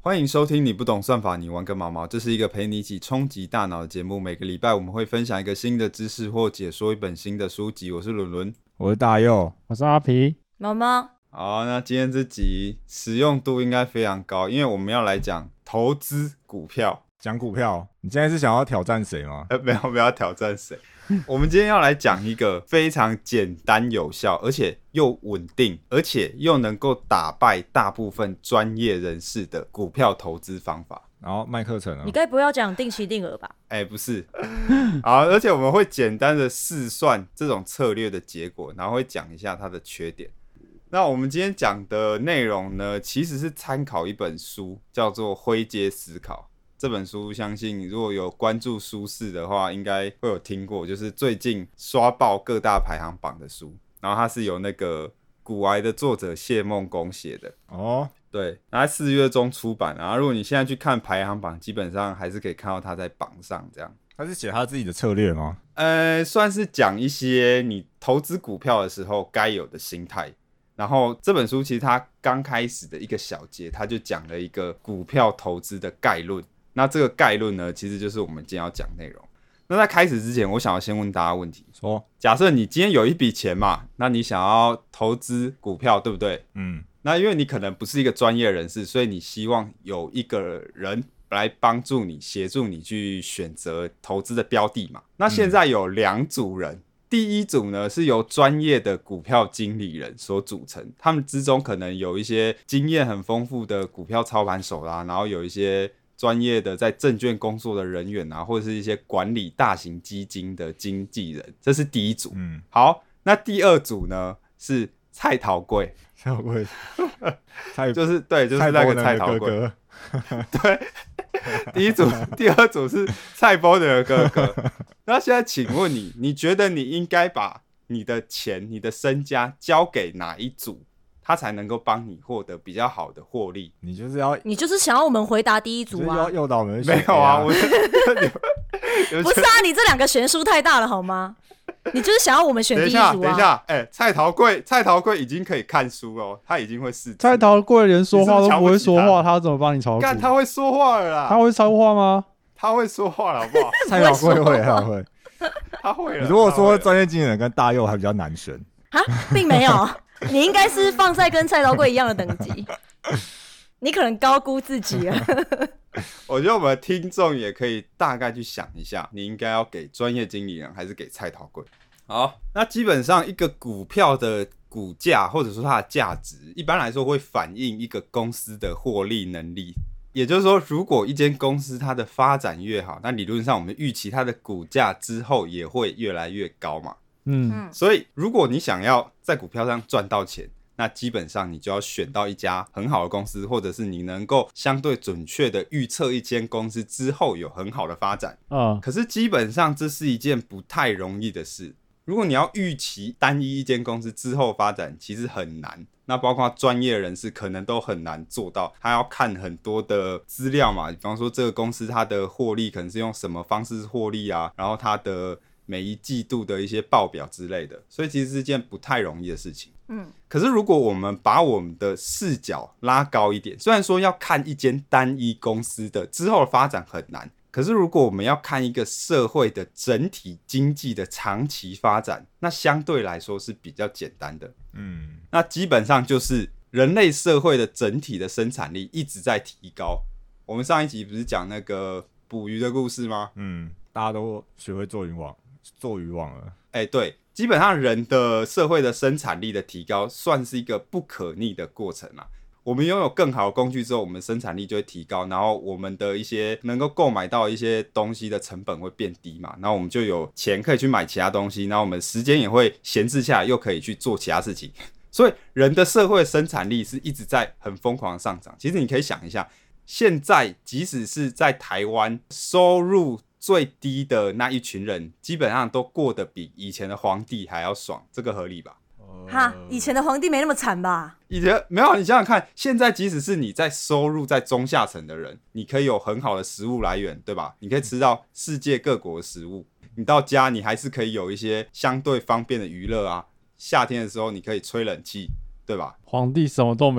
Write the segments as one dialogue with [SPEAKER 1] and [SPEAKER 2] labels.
[SPEAKER 1] 欢迎收听你不懂算法你玩个毛毛，这是一个陪你一起冲击大脑的节目。每个礼拜我们会分享一个新的知识或解说一本新的书籍。我是伦伦，
[SPEAKER 2] 我是大佑，
[SPEAKER 3] 我是阿皮，
[SPEAKER 4] 毛毛。
[SPEAKER 1] 好，那今天这集实用度应该非常高，因为我们要来讲投资股票。
[SPEAKER 2] 讲股票，你现在是想要挑战谁吗？
[SPEAKER 1] 没有，不要挑战谁。我们今天要来讲一个非常简单有效，而且又稳定，而且又能够打败大部分专业人士的股票投资方法。
[SPEAKER 2] 然后卖课程啊？
[SPEAKER 4] 你该不要讲定期定额吧？
[SPEAKER 1] 不是。好，而且我们会简单的试算这种策略的结果，然后会讲一下它的缺点。那我们今天讲的内容呢，其实是参考一本书，叫做《灰阶思考》。这本书相信如果有关注书市的话，应该会有听过，就是最近刷爆各大排行榜的书。然后它是由那个股癌的作者谢孟恭写的。
[SPEAKER 2] 哦，
[SPEAKER 1] 对，它4月中出版。然后如果你现在去看排行榜，基本上还是可以看到它在榜上这样。
[SPEAKER 2] 他是写他自己的策略吗？
[SPEAKER 1] 算是讲一些你投资股票的时候该有的心态。然后这本书其实它刚开始的一个小节，它就讲了一个股票投资的概论。那这个概论呢，其实就是我们今天要讲内容。那在开始之前，我想要先问大家问题：
[SPEAKER 2] 说，
[SPEAKER 1] 假设你今天有一笔钱嘛，那你想要投资股票，对不对？那因为你可能不是一个专业人士，所以你希望有一个人来帮助你、协助你去选择投资的标的嘛。那现在有2组人。第一组呢是由专业的股票经理人所组成，他们之中可能有一些经验很丰富的股票操盘手啦，然后有一些专业的在证券工作的人员啊，或者是一些管理大型基金的经纪人，这是第一组。好，那第二组呢是蔡桃贵，
[SPEAKER 2] 蔡桃贵，
[SPEAKER 1] 就是那个蔡桃贵，
[SPEAKER 2] 哥
[SPEAKER 1] 对。第二组是蔡波的哥哥。那现在请问你觉得你应该把你的钱、你的身家交给哪一组，他才能够帮你获得比较好的获利？
[SPEAKER 4] 你就是想要我们回答第一组啊？
[SPEAKER 2] 要诱导我们
[SPEAKER 1] 没有啊，
[SPEAKER 4] 不是啊，你这2个悬殊太大了好吗？你就是想要我们选第一组啊？
[SPEAKER 1] 等一下，蔡桃贵已经可以看书了，他已经会试。
[SPEAKER 3] 蔡桃贵连说话都不会说话，他怎么帮你炒股？
[SPEAKER 1] 干，他会说话了啦！
[SPEAKER 3] 他会说话吗？
[SPEAKER 1] 他会说话了，好不好？
[SPEAKER 2] 蔡桃贵会，
[SPEAKER 1] 他会了。
[SPEAKER 2] 你如果说专业经理人跟大佑还比较难选
[SPEAKER 4] 啊，并没有，你应该是放在跟蔡桃贵一样的等级。你可能高估自己了。
[SPEAKER 1] 我觉得我们的听众也可以大概去想一下，你应该要给专业经理人还是给蔡桃贵？好，那基本上一个股票的股价或者说它的价值，一般来说会反映一个公司的获利能力。也就是说，如果一间公司它的发展越好，那理论上我们预期它的股价之后也会越来越高嘛。所以如果你想要在股票上赚到钱，那基本上你就要选到一家很好的公司，或者是你能够相对准确的预测一间公司之后有很好的发展。可是基本上这是一件不太容易的事。如果你要预期单一间公司之后发展，其实很难。那包括专业人士可能都很难做到，他要看很多的资料嘛，比方说这个公司它的获利可能是用什么方式获利啊，然后它的每一季度的一些报表之类的，所以其实是件不太容易的事情。可是如果我们把我们的视角拉高一点，虽然说要看一间单一公司的之后的发展很难，可是如果我们要看一个社会的整体经济的长期发展，那相对来说是比较简单的。那基本上就是人类社会的整体的生产力一直在提高。我们上一集不是讲那个捕鱼的故事吗？
[SPEAKER 2] 大家都学会做渔网了。
[SPEAKER 1] 对，基本上人的社会的生产力的提高算是一个不可逆的过程嘛。我们拥有更好的工具之后，我们生产力就会提高，然后我们的一些能够购买到一些东西的成本会变低嘛，然后我们就有钱可以去买其他东西，然后我们时间也会闲置下来，又可以去做其他事情。所以人的社会生产力是一直在很疯狂的上涨。其实你可以想一下，现在即使是在台湾收入最低的那一群人，基本上都过得比以前的皇帝还要爽，这个合理吧？
[SPEAKER 4] 以前的皇帝没那么惨吧？
[SPEAKER 1] 以前没有，你想想看，现在即使是你在收入在中下层的人，你可以有很好的食物来源，对吧？你可以吃到世界各国的食物，你到家你还是可以有一些相对方便的娱乐啊。夏天的时候你可以吹冷气，对吧？
[SPEAKER 3] 皇帝什么都没有，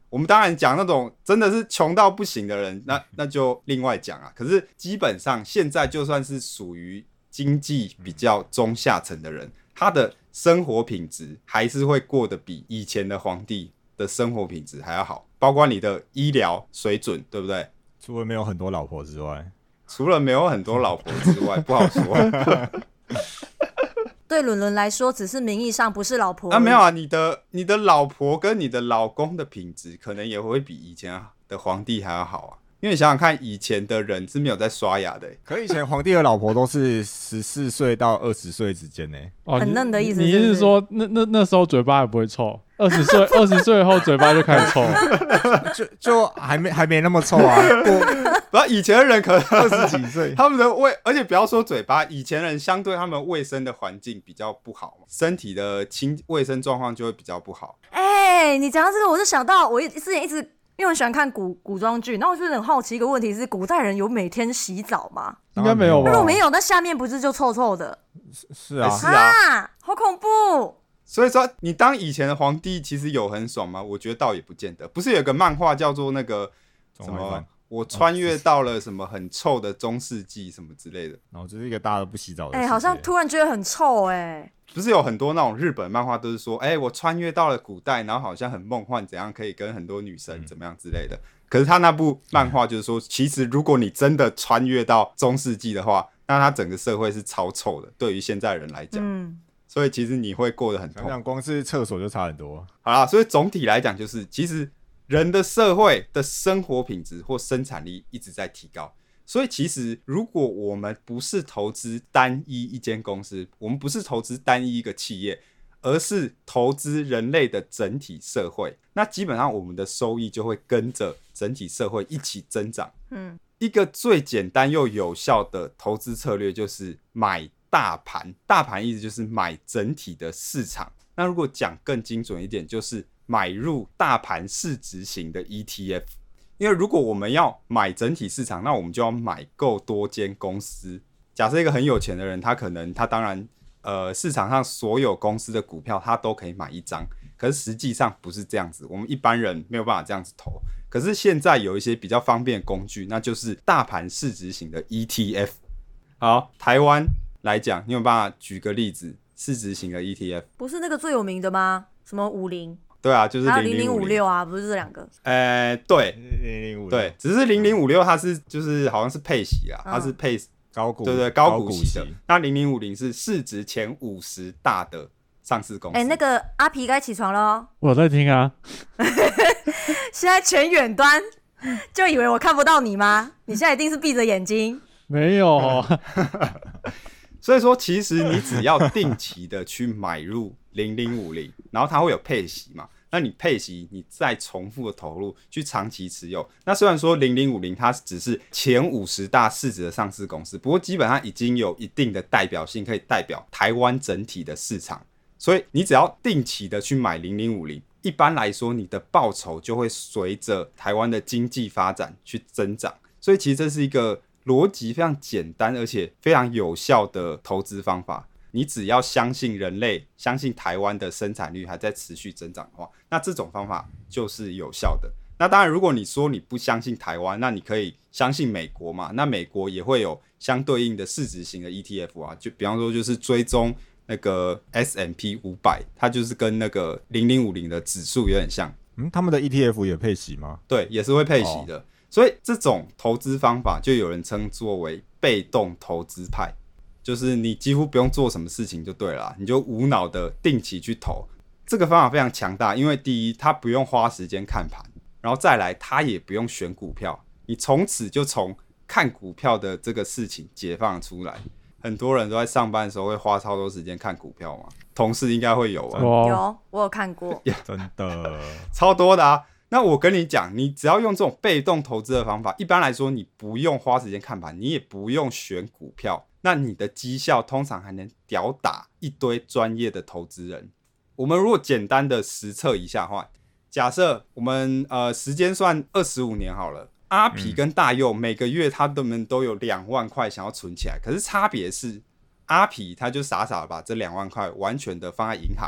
[SPEAKER 1] 我们当然讲那种真的是穷到不行的人，那就另外讲啊。可是基本上现在就算是属于经济比较中下层的人，他的生活品质还是会过得比以前的皇帝的生活品质还要好，包括你的医疗水准，对不对？
[SPEAKER 2] 除了没有很多老婆之外，
[SPEAKER 1] 除了没有很多老婆之外，不好说。
[SPEAKER 4] 对伦伦来说，只是名义上不是老婆
[SPEAKER 1] 没有啊，你的老婆跟你的老公的品质，可能也会比以前的皇帝还要好啊。因为你想想看，以前的人是没有在刷牙的
[SPEAKER 2] 可以前皇帝的老婆都是14岁到20岁之间呢。
[SPEAKER 4] 很嫩的意思是不
[SPEAKER 3] 你
[SPEAKER 4] 是？
[SPEAKER 3] 是说那时候嘴巴还不会臭？20岁后嘴巴就开始臭了，
[SPEAKER 2] 就还没那么臭啊。
[SPEAKER 1] 不，以前的人可能
[SPEAKER 2] 20几岁，
[SPEAKER 1] 他们的而且不要说嘴巴，以前人相对他们卫生的环境比较不好，身体的卫生状况就会比较不好。
[SPEAKER 4] 你讲到这个，我就想到我之前一直因为我很喜欢看古装剧，然后我就很好奇一个问题是：古代人有每天洗澡吗？
[SPEAKER 3] 应该没有吧？
[SPEAKER 4] 如果没有，那下面不是就臭臭的？
[SPEAKER 2] 是啊，
[SPEAKER 1] 是啊，
[SPEAKER 4] 好恐怖！
[SPEAKER 1] 所以说，你当以前的皇帝，其实有很爽吗？我觉得倒也不见得。不是有个漫画叫做那个什么？我穿越到了什么很臭的中世纪什么之类的，
[SPEAKER 2] 然后就是一个大家都不洗澡的世界。
[SPEAKER 4] 好像突然觉得很臭
[SPEAKER 1] 不是有很多那种日本漫画都是说，我穿越到了古代，然后好像很梦幻，怎样可以跟很多女生怎么样之类的。可是他那部漫画就是说，其实如果你真的穿越到中世纪的话，那他整个社会是超臭的，对于现在人来讲。所以其实你会过得很痛。
[SPEAKER 2] 想想光是厕所就差很多。
[SPEAKER 1] 好啦，所以总体来讲就是，其实人的社会的生活品质或生产力一直在提高。所以其实如果我们不是投资单一一间公司，我们不是投资单一一个企业，而是投资人类的整体社会，那基本上我们的收益就会跟着整体社会一起增长。一个最简单又有效的投资策略就是买大盘，大盘意思就是买整体的市场。那如果讲更精准一点，就是买入大盘市值型的 ETF。因为如果我们要买整体市场，那我们就要买够多间公司。假设一个很有钱的人，他当然市场上所有公司的股票他都可以买一张，可是实际上不是这样子，我们一般人没有办法这样子投。可是现在有一些比较方便的工具，那就是大盘市值型的 ETF。 好，台湾来讲，你有办法举个例子，市值型的 ETF？
[SPEAKER 4] 不是那个最有名的吗？什么50？
[SPEAKER 1] 对啊，就是
[SPEAKER 4] 还有0056啊，不是这两个？
[SPEAKER 1] 对
[SPEAKER 2] 0056，
[SPEAKER 1] 对，只是0056它是就是好像是配息啦，它是配
[SPEAKER 2] 高股，
[SPEAKER 1] 对高股息的。那0050是市值前50大的上市公司。
[SPEAKER 4] 那个阿皮该起床了哦。
[SPEAKER 3] 我在听啊。
[SPEAKER 4] 现在全远端就以为我看不到你吗？你现在一定是闭着眼睛。
[SPEAKER 3] 没有。
[SPEAKER 1] 所以说，其实你只要定期的去买入0050，然后它会有配息嘛？那你配息，你再重复的投入，去长期持有。那虽然说0050它只是前50大市值的上市公司，不过基本上已经有一定的代表性，可以代表台湾整体的市场。所以你只要定期的去买0050，一般来说你的报酬就会随着台湾的经济发展去增长。所以其实这是一个逻辑非常简单而且非常有效的投资方法。你只要相信人类，相信台湾的生产率还在持续增长的话，那这种方法就是有效的。那当然如果你说你不相信台湾，那你可以相信美国嘛，那美国也会有相对应的市值型的 ETF 啊，就比方说就是追踪那个 S&P 500，它就是跟那个0050的指数有点像。
[SPEAKER 2] 他们的 ETF 也配息吗？
[SPEAKER 1] 对，也是会配息的。所以这种投资方法就有人称作为被动投资派，就是你几乎不用做什么事情就对了啦，你就无脑的定期去投。这个方法非常强大，因为第一，它不用花时间看盘，然后再来，它也不用选股票，你从此就从看股票的这个事情解放出来。很多人都在上班的时候会花超多时间看股票嘛，同事应该会有啊。
[SPEAKER 4] 有，我有看过，
[SPEAKER 2] 真的
[SPEAKER 1] 超多的啊。那我跟你讲，你只要用这种被动投资的方法，一般来说你不用花时间看盘，你也不用选股票，那你的绩效通常还能吊打一堆专业的投资人。我们如果简单的实测一下的话，假设我们时间算25年好了，阿皮跟大佑每个月他们都有2万块想要存起来，可是差别是阿皮他就傻傻的把这2万块完全的放在银行，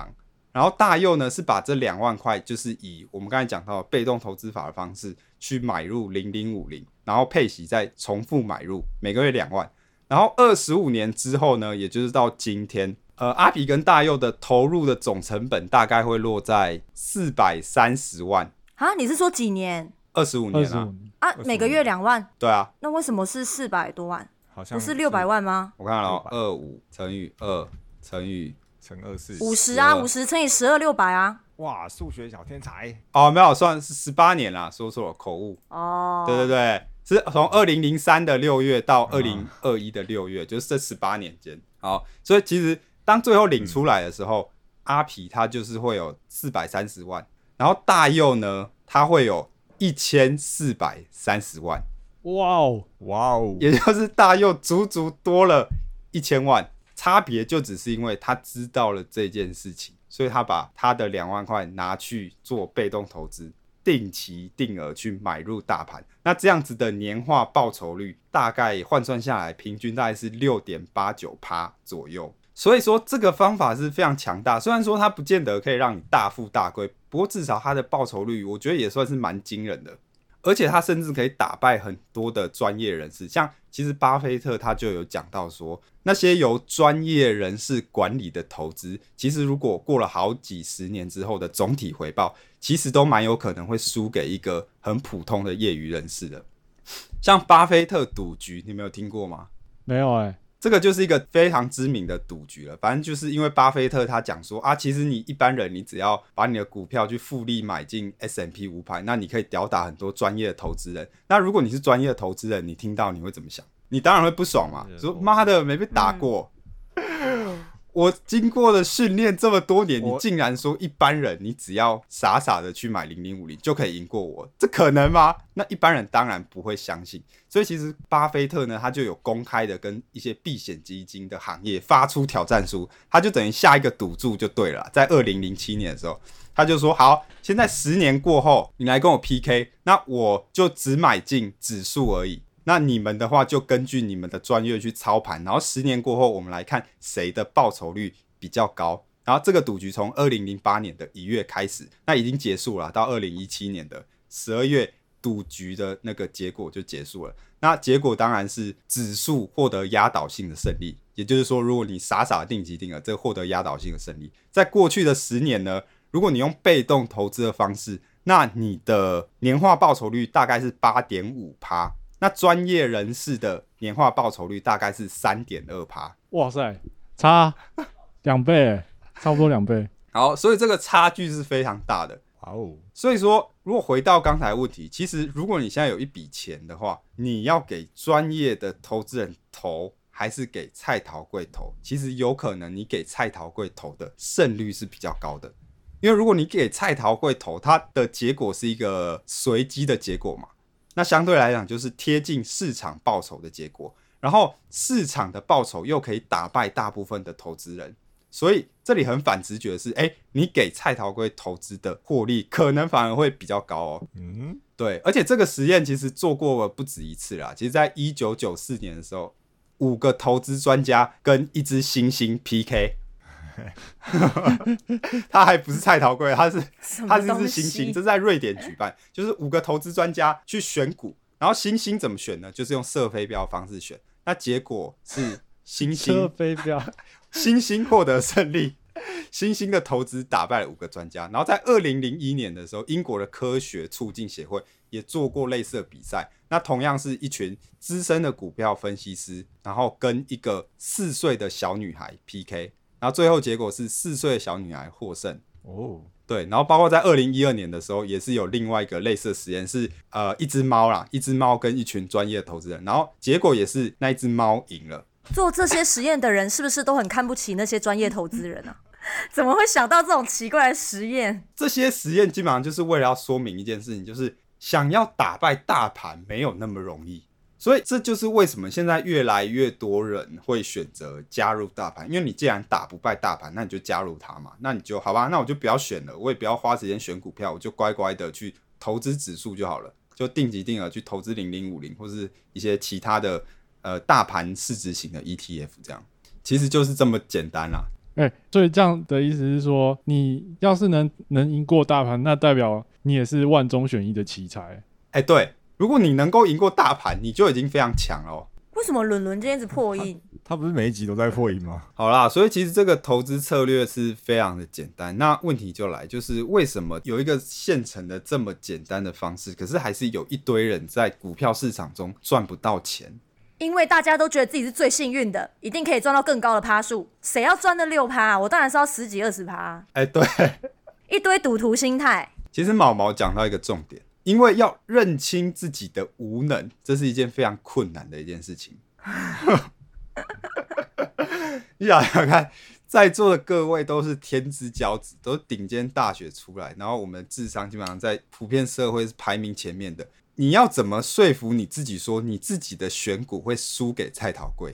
[SPEAKER 1] 然后大佑呢是把这2万块，就是以我们刚才讲到的被动投资法的方式去买入0050，然后配息再重复买入，每个月2万。然后25年之后呢，也就是到今天，阿皮跟大佑的投入的总成本大概会落在430万。
[SPEAKER 4] 啊，你是说几年
[SPEAKER 1] 25年啊？
[SPEAKER 4] 啊？每个月2万？
[SPEAKER 1] 对啊。
[SPEAKER 4] 那为什么是400多万？
[SPEAKER 2] 好像
[SPEAKER 4] 不是600万吗？
[SPEAKER 1] 我看了25乘以2乘以
[SPEAKER 2] 乘24
[SPEAKER 4] 50啊，50乘以12，600啊。
[SPEAKER 2] 哇，数学小天才
[SPEAKER 1] 哦，没有，算是18年啦，说错了，口误。
[SPEAKER 4] 哦，
[SPEAKER 1] 对对对，是从2003的6月到2021的6月，就是这18年间。好，所以其实当最后领出来的时候，阿皮他就是会有430万，然后大佑呢，他会有1430万。
[SPEAKER 3] 哇哦，
[SPEAKER 2] 哇哦，
[SPEAKER 1] 也就是大佑足足多了1000万，差别就只是因为他知道了这件事情，所以他把他的2万块拿去做被动投资，定期定额去买入大盘。那这样子的年化报酬率大概换算下来，平均大概是6.89% 左右。所以说这个方法是非常强大，虽然说它不见得可以让你大富大贵，不过至少它的报酬率我觉得也算是蛮惊人的。而且他甚至可以打败很多的专业人士，像其实巴菲特他就有讲到说，那些由专业人士管理的投资，其实如果过了好几十年之后的总体回报，其实都蛮有可能会输给一个很普通的业余人士的。像巴菲特赌局，你没有听过吗？
[SPEAKER 3] 没有欸。
[SPEAKER 1] 这个就是一个非常知名的赌局了，反正就是因为巴菲特他讲说啊，其实你一般人你只要把你的股票去复利买进 S&P 500，那你可以吊打很多专业的投资人。那如果你是专业的投资人，你听到你会怎么想？你当然会不爽嘛，说妈的没被打过。我经过了训练这么多年，你竟然说一般人你只要傻傻的去买0050就可以赢过我，这可能吗？那一般人当然不会相信。所以其实巴菲特呢，他就有公开的跟一些避险基金的行业发出挑战书，他就等于下一个赌注就对了啦。在2007年的时候，他就说好，现在10年过后，你来跟我 PK， 那我就只买进指数而已。那你们的话就根据你们的专业去操盘，然后10年过后我们来看谁的报酬率比较高。然后这个赌局从2008年的1月开始，那已经结束了，到2017年的12月赌局的那个结果就结束了。那结果当然是指数获得压倒性的胜利，也就是说如果你傻傻的定期定额，这个获得压倒性的胜利。在过去的10年呢，如果你用被动投资的方式，那你的年化报酬率大概是 8.5%，那专业人士的年化报酬率大概是 3.2%。
[SPEAKER 3] 哇塞，差2倍，差不多2倍。
[SPEAKER 1] 好，所以这个差距是非常大的。
[SPEAKER 2] 哇哦！
[SPEAKER 1] 所以说，如果回到刚才的问题，其实如果你现在有一笔钱的话，你要给专业的投资人投，还是给蔡桃贵投？其实有可能你给蔡桃贵投的胜率是比较高的，因为如果你给蔡桃贵投，它的结果是一个随机的结果嘛。那相对来讲就是贴近市场报酬的结果，然后市场的报酬又可以打败大部分的投资人，所以这里很反直觉的是，你给蔡桃贵投资的获利可能反而会比较高哦。对，而且这个实验其实做过不止一次啦。其实在1994年的时候，5个投资专家跟一只猩猩 PK。他还不是蔡桃贵，他是一只猩猩，这是在瑞典举办，就是5个投资专家去选股，然后猩猩怎么选呢？就是用射飞镖的方式选，那结果是猩猩获得胜利，猩猩的投资打败了5个专家。然后在2001年的时候，英国的科学促进协会也做过类似的比赛，那同样是一群资深的股票分析师，然后跟一个4岁的小女孩 PK。然后最后结果是4岁的小女孩获胜哦，对，然后包括在2012年的时候，也是有另外一个类似的实验，是一只猫啦，一只猫跟一群专业的投资人，然后结果也是那一只猫赢了。
[SPEAKER 4] 做这些实验的人是不是都很看不起那些专业投资人啊？怎么会想到这种奇怪的实验？
[SPEAKER 1] 这些实验基本上就是为了要说明一件事情，就是想要打败大盘没有那么容易。所以这就是为什么现在越来越多人会选择加入大盘，因为你既然打不败大盘，那你就加入它嘛，那你就好吧，那我就不要选了，我也不要花时间选股票，我就乖乖的去投资指数就好了，就定期定额去投资0050或是一些其他的大盘市值型的 ETF， 这样其实就是这么简单啦。
[SPEAKER 3] 所以这样的意思是说，你要是能赢过大盘，那代表你也是万中选一的奇才。
[SPEAKER 1] 对，如果你能够赢过大盘，你就已经非常强了。
[SPEAKER 4] 为什么伦伦今天一直破音？
[SPEAKER 2] 他不是每一集都在破音吗？
[SPEAKER 1] 好啦，所以其实这个投资策略是非常的简单。那问题就来，就是为什么有一个现成的这么简单的方式，可是还是有一堆人在股票市场中赚不到钱？
[SPEAKER 4] 因为大家都觉得自己是最幸运的，一定可以赚到更高的趴数。谁要赚那6%啊？我当然是要10几20%。
[SPEAKER 1] 对，
[SPEAKER 4] 一堆赌徒心态。
[SPEAKER 1] 其实毛毛讲到一个重点，因为要认清自己的无能，这是一件非常困难的一件事情。你想想看，在座的各位都是天之骄子，都是顶尖大学出来，然后我们智商基本上在普遍社会是排名前面的。你要怎么说服你自己说你自己的选股会输给蔡桃贵？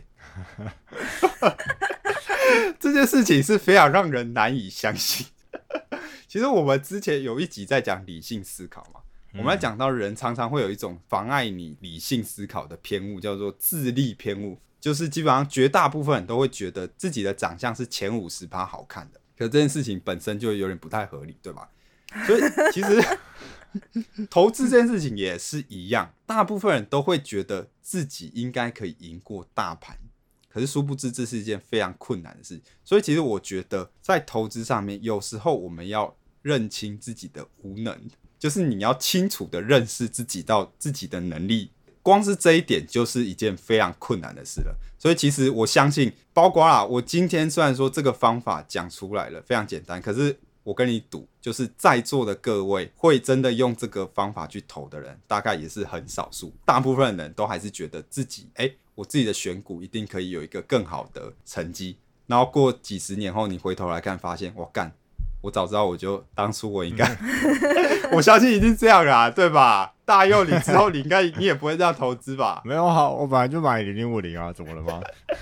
[SPEAKER 1] 这件事情是非常让人难以相信。其实我们之前有一集在讲理性思考嘛，我们在讲到人常常会有一种妨碍你理性思考的偏误，叫做自利偏误，就是基本上绝大部分人都会觉得自己的长相是前50%好看的，可这件事情本身就有点不太合理，对吧？所以其实投资这件事情也是一样，大部分人都会觉得自己应该可以赢过大盘，可是殊不知这是一件非常困难的事。所以其实我觉得在投资上面，有时候我们要认清自己的无能，就是你要清楚的认识自己到自己的能力，光是这一点就是一件非常困难的事了。所以其实我相信，包括啦，我今天虽然说这个方法讲出来了非常简单，可是我跟你赌，就是在座的各位会真的用这个方法去投的人，大概也是很少数。大部分人都还是觉得自己，我自己的选股一定可以有一个更好的成绩。然后过几十年后，你回头来看，发现我早知道我就当初我应该，我相信一定这样啦，对吧？大佑，你之后你也不会这样投资吧？
[SPEAKER 2] 没有好，我本来就买0050啊，怎么了吗？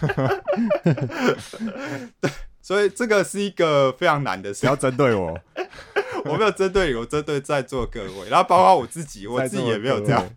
[SPEAKER 1] 对。所以这个是一个非常难的事，
[SPEAKER 2] 不要针对我。
[SPEAKER 1] 我没有针对你，我针对在座各位，然后包括我自己也没有这样。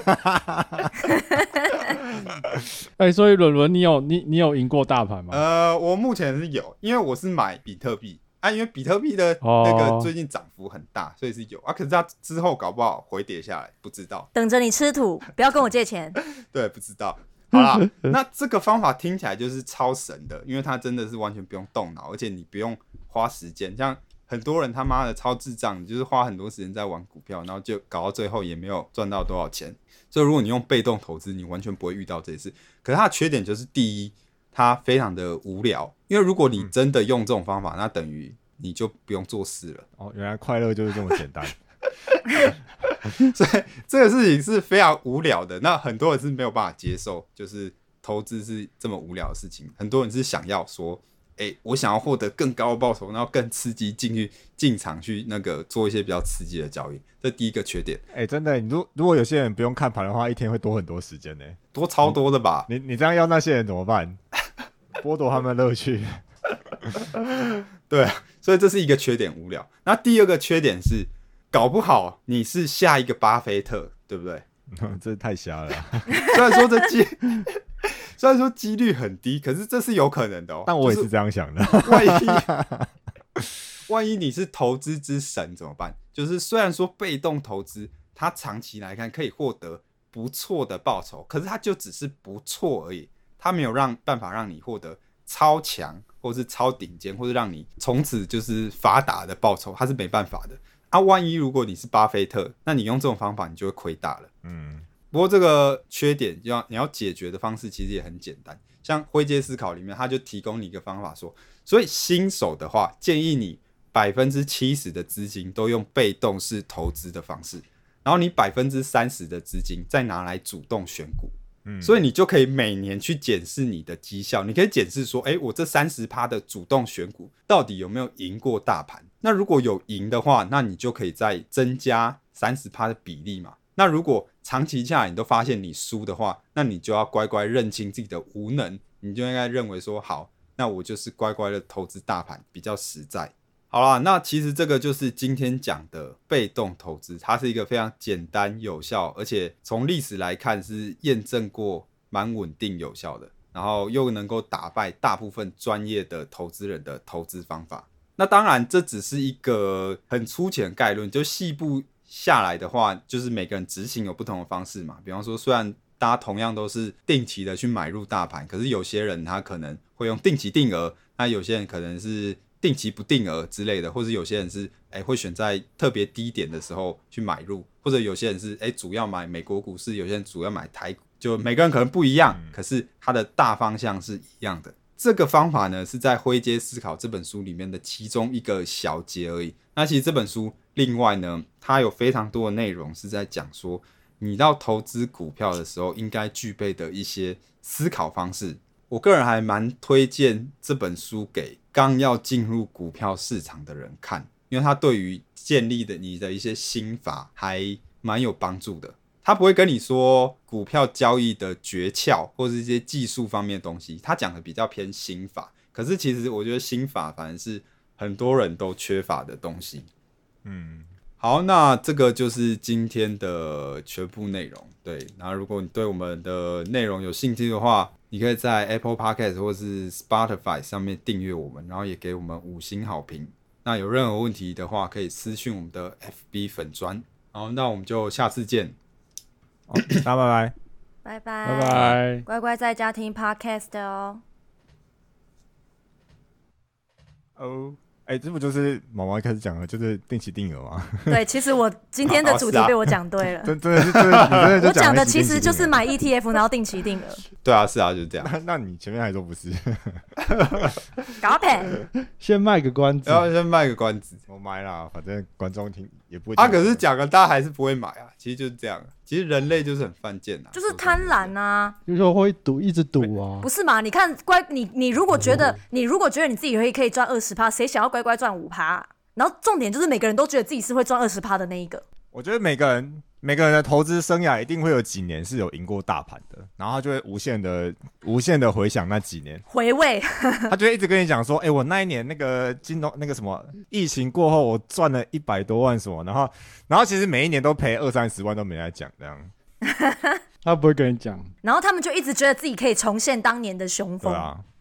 [SPEAKER 3] 所以伦伦，你有赢过大盘吗？
[SPEAKER 1] 我目前是有，因为我是买比特币因为比特币的那个最近涨幅很大，所以是有可是它之后搞不好回跌下来，不知道。
[SPEAKER 4] 等着你吃土，不要跟我借钱。
[SPEAKER 1] 对，不知道。好啦，那这个方法听起来就是超神的，因为它真的是完全不用动脑，而且你不用花时间。像很多人他妈的超智障，你就是花很多时间在玩股票，然后就搞到最后也没有赚到多少钱。所以如果你用被动投资，你完全不会遇到这些事。可是它的缺点就是第一，它非常的无聊，因为如果你真的用这种方法，那等于你就不用做事了。
[SPEAKER 2] 原来快乐就是这么简单。
[SPEAKER 1] 所以这个事情是非常无聊的，那很多人是没有办法接受，就是投资是这么无聊的事情。很多人是想要说，我想要获得更高的报酬，然后更刺激进场去那个做一些比较刺激的交易，这第一个缺点。
[SPEAKER 2] 真的，如果有些人不用看盘的话，一天会多很多时间呢，
[SPEAKER 1] 多超多的吧？
[SPEAKER 2] 你这样要那些人怎么办？剥夺他们的乐趣。
[SPEAKER 1] 对啊，所以这是一个缺点，无聊。那第二个缺点是，搞不好你是下一个巴菲特，对不对？
[SPEAKER 2] 这太瞎了
[SPEAKER 1] 虽然说几率很低，可是这是有可能的
[SPEAKER 2] 但我也是这样想的。
[SPEAKER 1] 万一你是投资之神怎么办？就是虽然说被动投资，它长期来看可以获得不错的报酬，可是它就只是不错而已，它没有办法让你获得超强，或是超顶尖，或是让你从此就是发达的报酬，它是没办法的。万一如果你是巴菲特，那你用这种方法，你就会亏大了。不过这个缺点你要解决的方式其实也很简单，像灰阶思考里面，他就提供你一个方法说，所以新手的话，建议你70%的资金都用被动式投资的方式，然后你30%的资金再拿来主动选股。所以你就可以每年去检视你的绩效，你可以检视说，我这30%的主动选股到底有没有赢过大盘？那如果有赢的话，那你就可以再增加30%的比例嘛。那如果长期下来你都发现你输的话，那你就要乖乖认清自己的无能，你就应该认为说，好，那我就是乖乖的投资大盘比较实在。好啦，那其实这个就是今天讲的被动投资，它是一个非常简单有效，而且从历史来看是验证过蛮稳定有效的。 然后又能够打败大部分专业的投资人的投资方法。那当然这只是一个很粗浅的概论，就细部下来的话，就是每个人执行有不同的方式嘛。比方说虽然大家同样都是定期的去买入大盘，可是有些人他可能会用定期定额，那有些人可能是定期不定额之类的，或者有些人是会选在特别低点的时候去买入，或者有些人是主要买美国股市，有些人主要买台股，就每个人可能不一样，可是它的大方向是一样的。这个方法呢是在《灰阶思考》这本书里面的其中一个小节而已。那其实这本书另外呢，它有非常多的内容是在讲说你到投资股票的时候应该具备的一些思考方式。我个人还蛮推荐这本书给刚要进入股票市场的人看，因为它对于建立的你的一些心法还蛮有帮助的。他不会跟你说股票交易的诀窍或是一些技术方面的东西，他讲的比较偏心法。可是其实我觉得心法反而是很多人都缺乏的东西。好，那这个就是今天的全部内容。对，那如果你对我们的内容有兴趣的话，你可以在 Apple Podcast 或是 Spotify 上面订阅我们，然后也给我们5星好评。那有任何问题的话，可以私讯我们的 FB 粉专。好，那我们就下次见。
[SPEAKER 2] 好，大家拜拜。
[SPEAKER 4] 拜拜，
[SPEAKER 3] 拜拜。
[SPEAKER 4] 乖乖在家听 podcast 哦。
[SPEAKER 2] 这不就是毛毛一开始讲的，就是定期定额吗？
[SPEAKER 4] 对，其实我今天的主题被我讲对了。
[SPEAKER 2] 真的是，我
[SPEAKER 4] 讲的其实就是买 ETF， 然后定期定额。
[SPEAKER 1] 对啊，是啊，就是这样。
[SPEAKER 2] 那你前面还说不是？
[SPEAKER 4] 搞骗！
[SPEAKER 3] 先卖个关子，
[SPEAKER 1] 然后先卖个关子。
[SPEAKER 2] 我买啦，反正观众听也不会。
[SPEAKER 1] 可是讲了大家还是不会买啊。其实就是这样。其实人类就是很犯贱啊，
[SPEAKER 4] 就是贪婪啊。
[SPEAKER 3] 就是说会赌，一直赌啊。
[SPEAKER 4] 不是嘛？你看你如果觉得你自己可以赚20%，谁想要乖乖赚5%？然后重点就是每个人都觉得自己是会赚20%的那一个。
[SPEAKER 2] 我觉得每个人的投资生涯一定会有几年是有赢过大盘的，然后他就会无限的回想那几年，
[SPEAKER 4] 回味。
[SPEAKER 2] 他就会一直跟你讲说，我那一年那个金融那个什么疫情过后，我赚了100多万什么，然后其实每一年都赔20-30万都没来讲这样。
[SPEAKER 3] 他不会跟你讲，
[SPEAKER 4] 然后他们就一直觉得自己可以重现当年的雄风。
[SPEAKER 2] 对啊。